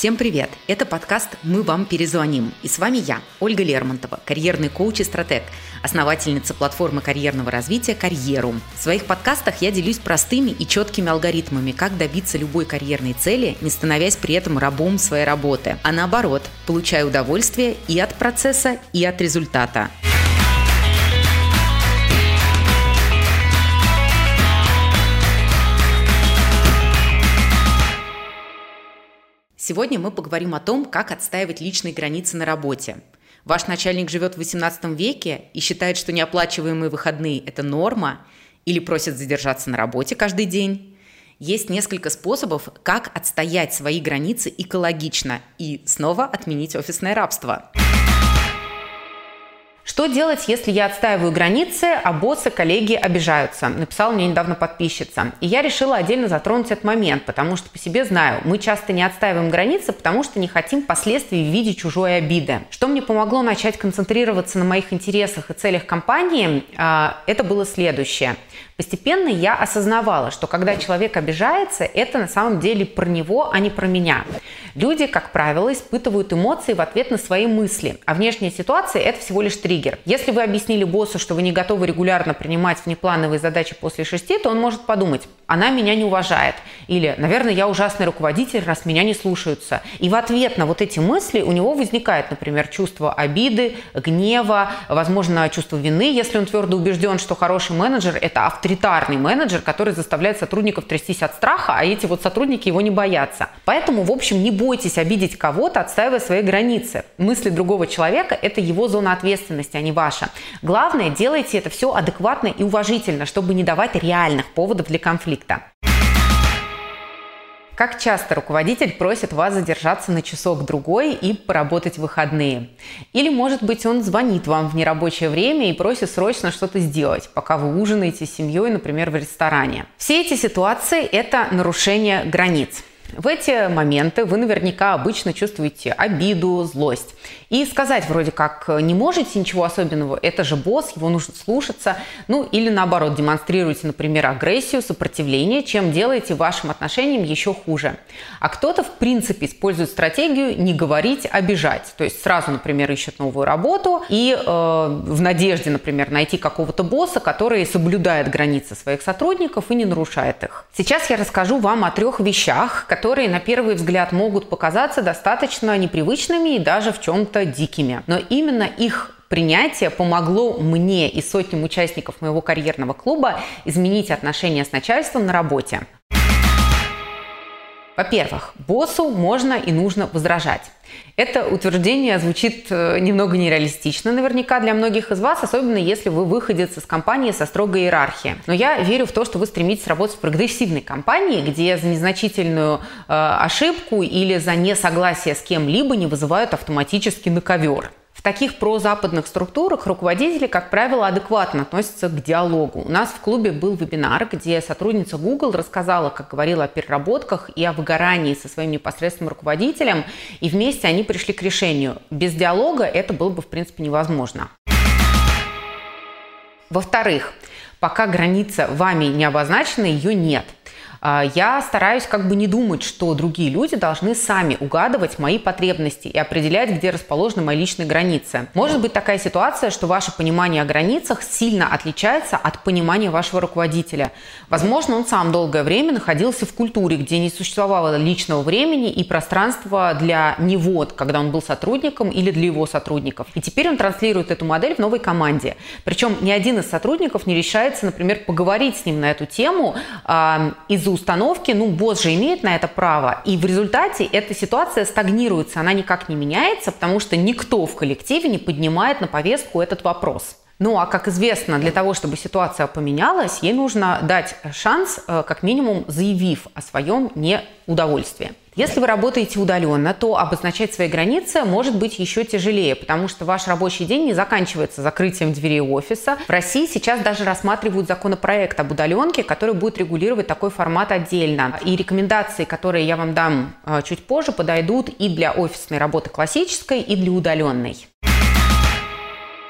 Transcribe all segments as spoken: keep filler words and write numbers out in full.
Всем привет! Это подкаст «Мы вам перезвоним». И с вами я, Ольга Лермонтова, карьерный коуч и стратег, основательница платформы карьерного развития «Карьерум». В своих подкастах я делюсь простыми и четкими алгоритмами, как добиться любой карьерной цели, не становясь при этом рабом своей работы, а наоборот, получая удовольствие и от процесса, и от результата. Сегодня мы поговорим о том, как отстаивать личные границы на работе. Ваш начальник живет в восемнадцатом веке и считает, что неоплачиваемые выходные – это норма, или просит задержаться на работе каждый день. Есть несколько способов, как отстоять свои границы экологично и снова отменить офисное рабство. Что делать, если я отстаиваю границы, а боссы, коллеги обижаются? Написала мне недавно подписчица. И я решила отдельно затронуть этот момент, потому что по себе знаю, мы часто не отстаиваем границы, потому что не хотим последствий в виде чужой обиды. Что мне помогло начать концентрироваться на моих интересах и целях компании, это было следующее. Постепенно я осознавала, что когда человек обижается, это на самом деле про него, а не про меня. Люди, как правило, испытывают эмоции в ответ на свои мысли, а внешняя ситуация – это всего лишь триггер. Если вы объяснили боссу, что вы не готовы регулярно принимать внеплановые задачи после шести, то он может подумать: она меня не уважает, или, наверное, я ужасный руководитель, раз меня не слушаются. И в ответ на вот эти мысли у него возникает, например, чувство обиды, гнева, возможно, чувство вины, если он твердо убежден, что хороший менеджер – это авторитарный менеджер, который заставляет сотрудников трястись от страха, а эти вот сотрудники его не боятся. Поэтому, в общем, не бойтесь обидеть кого-то, отстаивая свои границы. Мысли другого человека – это его зона ответственности, а не ваша. Главное, делайте это все адекватно и уважительно, чтобы не давать реальных поводов для конфликта. Как часто руководитель просит вас задержаться на часок-другой и поработать в выходные? Или, может быть, он звонит вам в нерабочее время и просит срочно что-то сделать, пока вы ужинаете с семьей, например, в ресторане. Все эти ситуации – это нарушение границ. В эти моменты вы наверняка обычно чувствуете обиду, злость. И сказать вроде как не можете ничего особенного, это же босс, его нужно слушаться. Ну или наоборот, демонстрируете, например, агрессию, сопротивление, чем делаете вашим отношениям еще хуже. А кто-то, в принципе, использует стратегию не говорить, а бежать. То есть сразу, например, ищет новую работу и э, в надежде, например, найти какого-то босса, который соблюдает границы своих сотрудников и не нарушает их. Сейчас я расскажу вам о трех вещах, которые на первый взгляд могут показаться достаточно непривычными и даже в чем-то дикими. Но именно их принятие помогло мне и сотням участников моего карьерного клуба изменить отношения с начальством на работе. Во-первых, боссу можно и нужно возражать. Это утверждение звучит немного нереалистично наверняка для многих из вас, особенно если вы выходец из компании со строгой иерархией. Но я верю в то, что вы стремитесь работать в прогрессивной компании, где за незначительную э, ошибку или за несогласие с кем-либо не вызывают автоматически на ковер. В таких прозападных структурах руководители, как правило, адекватно относятся к диалогу. У нас в клубе был вебинар, где сотрудница Google рассказала, как говорила о переработках и о выгорании со своим непосредственным руководителем, и вместе они пришли к решению. Без диалога это было бы, в принципе, невозможно. Во-вторых, пока граница вами не обозначена, ее нет. Я стараюсь как бы не думать, что другие люди должны сами угадывать мои потребности и определять, где расположены мои личные границы. Может быть такая ситуация, что ваше понимание о границах сильно отличается от понимания вашего руководителя. Возможно, он сам долгое время находился в культуре, где не существовало личного времени и пространства для него, когда он был сотрудником, или для его сотрудников. И теперь он транслирует эту модель в новой команде. Причем ни один из сотрудников не решается, например, поговорить с ним на эту тему э, из-за установки, ну, босс же имеет на это право, и в результате эта ситуация стагнируется, она никак не меняется, потому что никто в коллективе не поднимает на повестку этот вопрос. Ну, а как известно, для того, чтобы ситуация поменялась, ей нужно дать шанс, как минимум, заявив о своем неудовольствии. Если вы работаете удаленно, то обозначать свои границы может быть еще тяжелее, потому что ваш рабочий день не заканчивается закрытием дверей офиса. В России сейчас даже рассматривают законопроект об удаленке, который будет регулировать такой формат отдельно. И рекомендации, которые я вам дам чуть позже, подойдут и для офисной работы классической, и для удаленной.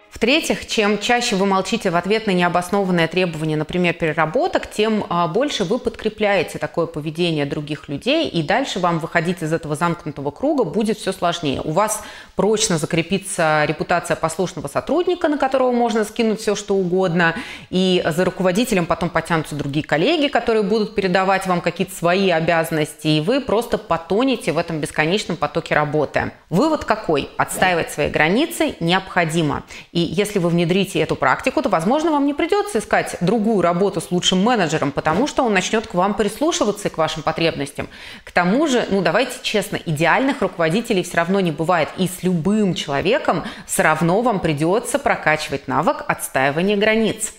В-третьих, чем чаще вы молчите в ответ на необоснованное требование, например, переработок, тем а, больше вы подкрепляете такое поведение других людей, и дальше вам выходить из этого замкнутого круга будет все сложнее. У вас прочно закрепится репутация послушного сотрудника, на которого можно скинуть все, что угодно, и за руководителем потом потянутся другие коллеги, которые будут передавать вам какие-то свои обязанности, и вы просто потонете в этом бесконечном потоке работы. Вывод какой? Отстаивать свои границы необходимо. И если вы внедрите эту практику, то, возможно, вам не придется искать другую работу с лучшим менеджером, потому что он начнет к вам прислушиваться и к вашим потребностям. К тому же, ну давайте честно, идеальных руководителей все равно не бывает. И с любым человеком все равно вам придется прокачивать навык отстаивания границ.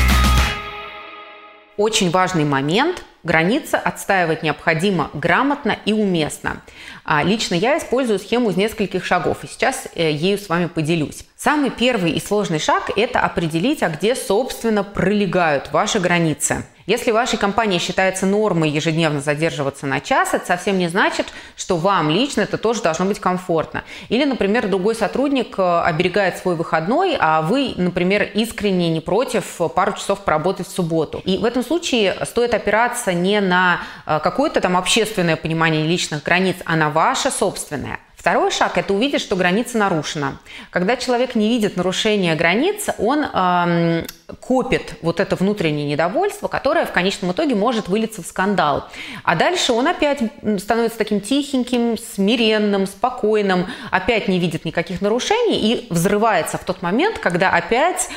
Очень важный момент. Границы отстаивать необходимо грамотно и уместно. Лично я использую схему из нескольких шагов, и сейчас ею с вами поделюсь. Самый первый и сложный шаг – это определить, а где, собственно, пролегают ваши границы. Если в вашей компании считается нормой ежедневно задерживаться на час, это совсем не значит, что вам лично это тоже должно быть комфортно. Или, например, другой сотрудник оберегает свой выходной, а вы, например, искренне не против пару часов поработать в субботу. И в этом случае стоит опираться не на какое-то там общественное понимание личных границ, а на ваше собственное. Второй шаг – это увидеть, что граница нарушена. Когда человек не видит нарушения границ, он эм, копит вот это внутреннее недовольство, которое в конечном итоге может вылиться в скандал. А дальше он опять становится таким тихеньким, смиренным, спокойным, опять не видит никаких нарушений и взрывается в тот момент, когда опять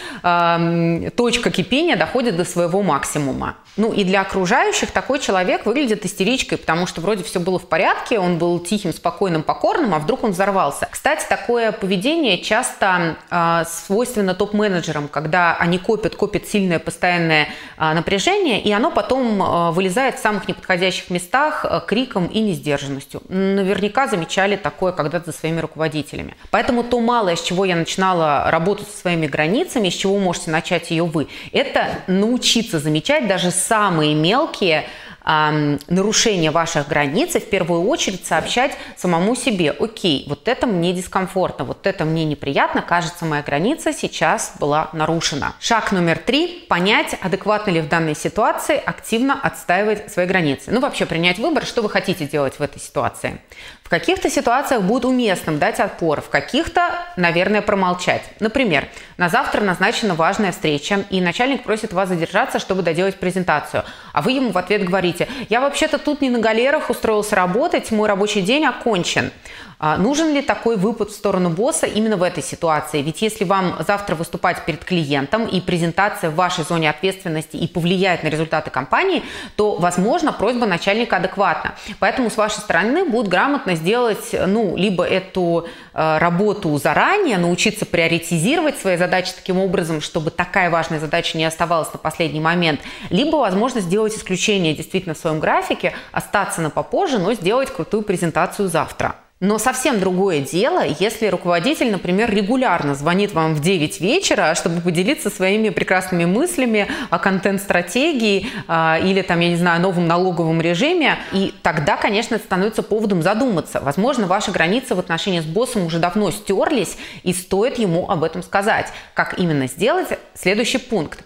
эм, точка кипения доходит до своего максимума. Ну и для окружающих такой человек выглядит истеричкой, потому что вроде все было в порядке, он был тихим, спокойным, покорным, а вдруг он взорвался. Кстати, такое поведение часто э, свойственно топ-менеджерам, когда они копят, копят сильное постоянное э, напряжение, и оно потом э, вылезает в самых неподходящих местах э, криком и несдержанностью. Наверняка замечали такое когда-то за своими руководителями. Поэтому то малое, с чего я начинала работать со своими границами, с чего можете начать ее вы, это научиться замечать даже самые мелкие э, нарушения ваших границ и в первую очередь сообщать самому себе: окей, вот это мне дискомфортно, вот это мне неприятно, кажется, моя граница сейчас была нарушена. Шаг номер три – понять, адекватно ли в данной ситуации активно отстаивать свои границы. Ну, вообще принять выбор, что вы хотите делать в этой ситуации. В каких-то ситуациях будет уместным дать отпор, в каких-то, наверное, промолчать. Например, на завтра назначена важная встреча, и начальник просит вас задержаться, чтобы доделать презентацию. А вы ему в ответ говорите: я вообще-то тут не на галерах устроился работать, мой рабочий день окончен. А нужен ли такой выпад в сторону босса именно в этой ситуации? Ведь если вам завтра выступать перед клиентом и презентация в вашей зоне ответственности и повлияет на результаты компании, то, возможно, просьба начальника адекватна. Поэтому с вашей стороны будет грамотно сделать, ну, либо эту э, работу заранее, научиться приоритизировать свои задачи таким образом, чтобы такая важная задача не оставалась на последний момент, либо, возможно, сделать исключение действительно в своем графике, остаться на попозже, но сделать крутую презентацию завтра. Но совсем другое дело, если руководитель, например, регулярно звонит вам в девять вечера, чтобы поделиться своими прекрасными мыслями о контент-стратегии э, или, там, я не знаю, новом налоговом режиме. И тогда, конечно, это становится поводом задуматься. Возможно, ваши границы в отношении с боссом уже давно стерлись, и стоит ему об этом сказать. Как именно сделать? Следующий пункт.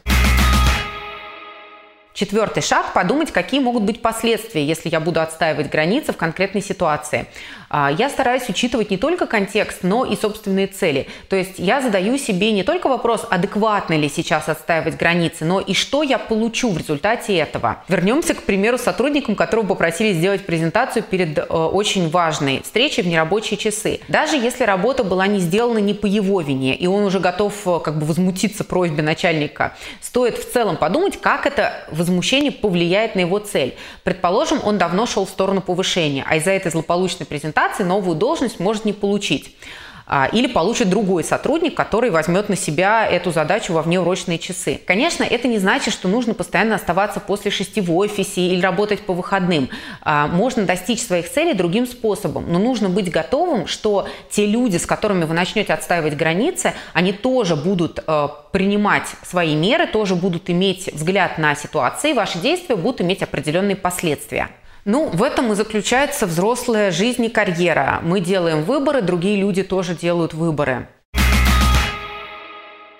Четвертый шаг – подумать, какие могут быть последствия, если я буду отстаивать границы в конкретной ситуации. Я стараюсь учитывать не только контекст, но и собственные цели. То есть я задаю себе не только вопрос, адекватно ли сейчас отстаивать границы, но и что я получу в результате этого. Вернемся, к примеру, сотрудникам, которого попросили сделать презентацию перед э, очень важной встречей в нерабочие часы. Даже если работа была не сделана не по его вине, и он уже готов э, как бы возмутиться просьбе начальника, стоит в целом подумать, как это возмущение повлияет на его цель. Предположим, он давно шел в сторону повышения, а из-за этой злополучной презентации новую должность может не получить. Или получит другой сотрудник, который возьмет на себя эту задачу во внеурочные часы. Конечно, это не значит, что нужно постоянно оставаться после шести в офисе или работать по выходным. Можно достичь своих целей другим способом, но нужно быть готовым, что те люди, с которыми вы начнете отстаивать границы, они тоже будут принимать свои меры, тоже будут иметь взгляд на ситуации, и ваши действия будут иметь определенные последствия. Ну, в этом и заключается взрослая жизнь и карьера. Мы делаем выборы, другие люди тоже делают выборы.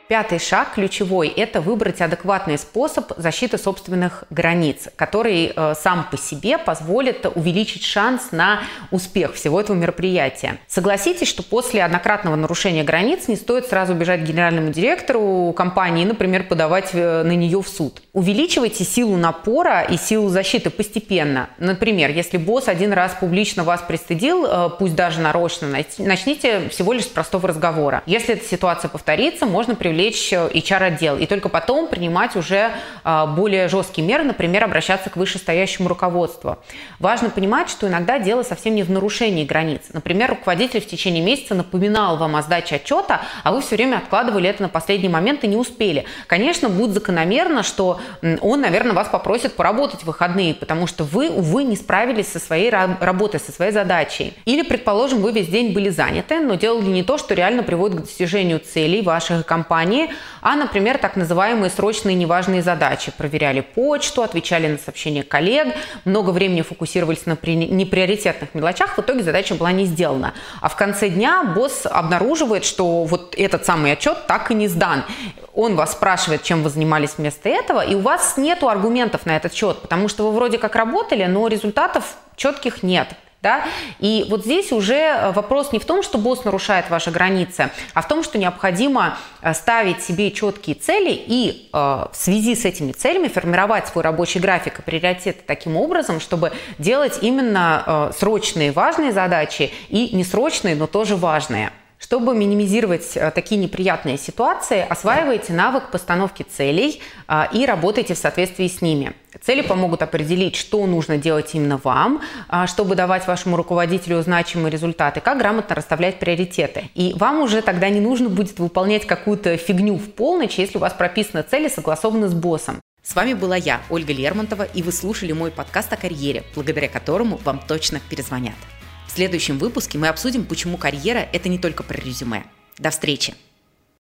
Пятый шаг, ключевой, это выбрать адекватный способ защиты собственных границ, который э, сам по себе позволит увеличить шанс на успех всего этого мероприятия. Согласитесь, что после однократного нарушения границ не стоит сразу бежать к генеральному директору компании, например, подавать на нее в суд. Увеличивайте силу напора и силу защиты постепенно. Например, если босс один раз публично вас пристыдил, э, пусть даже нарочно, начните всего лишь с простого разговора. Если эта ситуация повторится, можно привлечь эйч ар-отдел и только потом принимать уже а, более жесткие меры, например, обращаться к вышестоящему руководству. Важно понимать, что иногда дело совсем не в нарушении границ. Например, руководитель в течение месяца напоминал вам о сдаче отчета, а вы все время откладывали это на последний момент и не успели. Конечно, будет закономерно, что он, наверное, вас попросит поработать в выходные, потому что вы, увы, не справились со своей работой, со своей задачей. Или, предположим, вы весь день были заняты, но делали не то, что реально приводит к достижению целей вашей компании, а, например, так называемые срочные неважные задачи. Проверяли почту, отвечали на сообщения коллег, много времени фокусировались на неприоритетных мелочах, в итоге задача была не сделана. А в конце дня босс обнаруживает, что вот этот самый отчет так и не сдан. Он вас спрашивает, чем вы занимались вместо этого, и у вас нет аргументов на этот счет, потому что вы вроде как работали, но результатов четких нет. Да? И вот здесь уже вопрос не в том, что босс нарушает ваши границы, а в том, что необходимо ставить себе четкие цели и э, в связи с этими целями формировать свой рабочий график и приоритеты таким образом, чтобы делать именно э, срочные важные задачи и несрочные, но тоже важные. Чтобы минимизировать такие неприятные ситуации, осваивайте навык постановки целей а, и работайте в соответствии с ними. Цели помогут определить, что нужно делать именно вам, а, чтобы давать вашему руководителю значимые результаты, как грамотно расставлять приоритеты. И вам уже тогда не нужно будет выполнять какую-то фигню в полночь, если у вас прописаны цели, согласованы с боссом. С вами была я, Ольга Лермонтова, и вы слушали мой подкаст о карьере, благодаря которому вам точно перезвонят. В следующем выпуске мы обсудим, почему карьера – это не только про резюме. До встречи!